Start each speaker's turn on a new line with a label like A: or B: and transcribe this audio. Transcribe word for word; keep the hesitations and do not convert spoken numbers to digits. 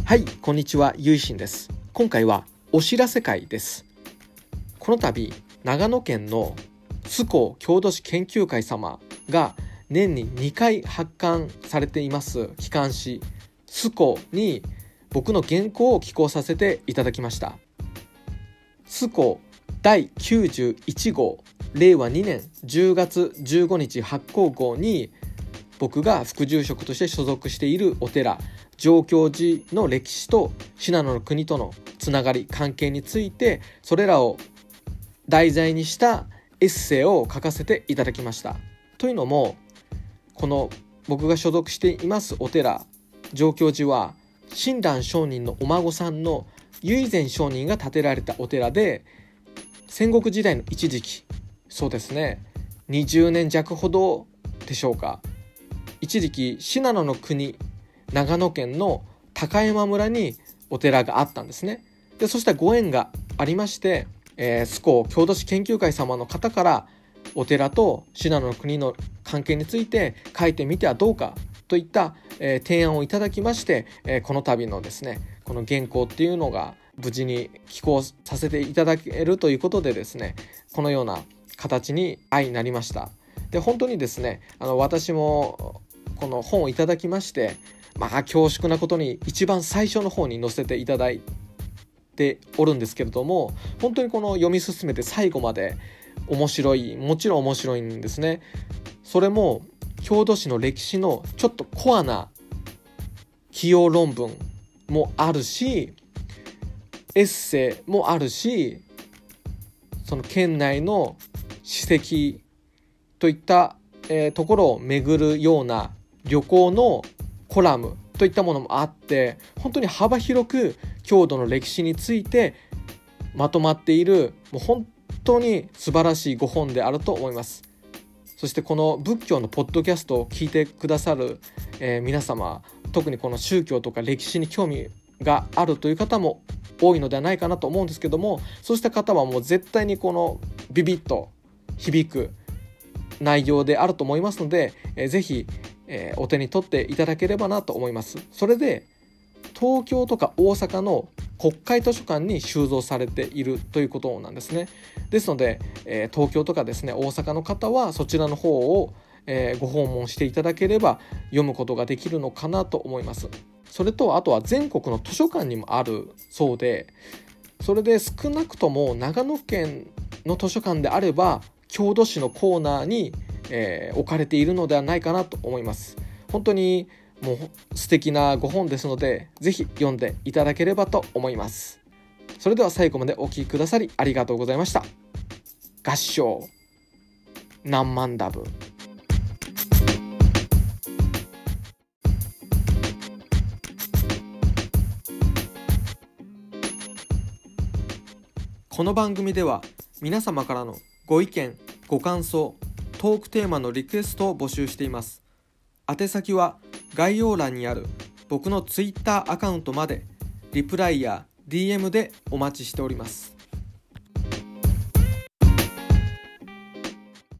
A: はい、こんにちは、ゆいしんです。今回はお知らせ会です。この度、長野県の須高郷土史研究会様が年ににかい発刊されています機関誌須高に僕の原稿を寄稿させていただきました。須高だいきゅうじゅういちごうれいわにねんじゅうがつじゅうごにち発行号に僕が副住職として所属しているお寺上京寺の歴史と信濃の国とのつながり関係について、それらを題材にしたエッセイを書かせていただきました。というのも、この僕が所属していますお寺上京寺は親鸞上人のお孫さんの唯善上人が建てられたお寺で、戦国時代の一時期、そうですねにじゅうねんじゃくほどでしょうか、一時期信濃の国長野県の高山村にお寺があったんですね。でそしたらご縁がありまして、えー、須高郷土史研究会様の方からお寺と信濃の国の関係について書いてみてはどうかといった、えー、提案をいただきまして、えー、この度のですねこの原稿っていうのが無事に寄稿させていただけるということでですね、このような形に相なりました。で本当にですねあの私もこの本をいただきまして、まあ恐縮なことに一番最初の方に載せていただいておるんですけれども、本当にこの読み進めて最後まで面白い、もちろん面白いんですね。それも郷土史の歴史のちょっとコアな起用論文もあるし、エッセイもあるし、その県内の史跡といった、えー、ところを巡るような旅行のコラムといったものもあって、本当に幅広く郷土の歴史についてまとまっている、もう本当に素晴らしいご本であると思います。そしてこの仏教のポッドキャストを聞いてくださる、えー、皆様、特にこの宗教とか歴史に興味があるという方も多いのではないかなと思うんですけども、そうした方はもう絶対にこのビビッと響く内容であると思いますので、えー、ぜひ、えー、お手に取っていただければなと思います。それで東京とか大阪の国会図書館に収蔵されているということなんですね。ですので、えー、東京とかですね大阪の方はそちらの方を、えー、ご訪問していただければ読むことができるのかなと思います。それとあとは全国の図書館にもあるそうで、それで少なくとも長野県の図書館であれば郷土史のコーナーに、えー、置かれているのではないかなと思います。本当にもう素敵なご本ですので、ぜひ読んでいただければと思います。それでは最後までお聞きくださりありがとうございました。合唱何万ダブ。この番組では皆様からのご意見、ご感想、トークテーマのリクエストを募集しています。宛先は概要欄にある僕のツイッターアカウントまでリプライや ディーエム でお待ちしております。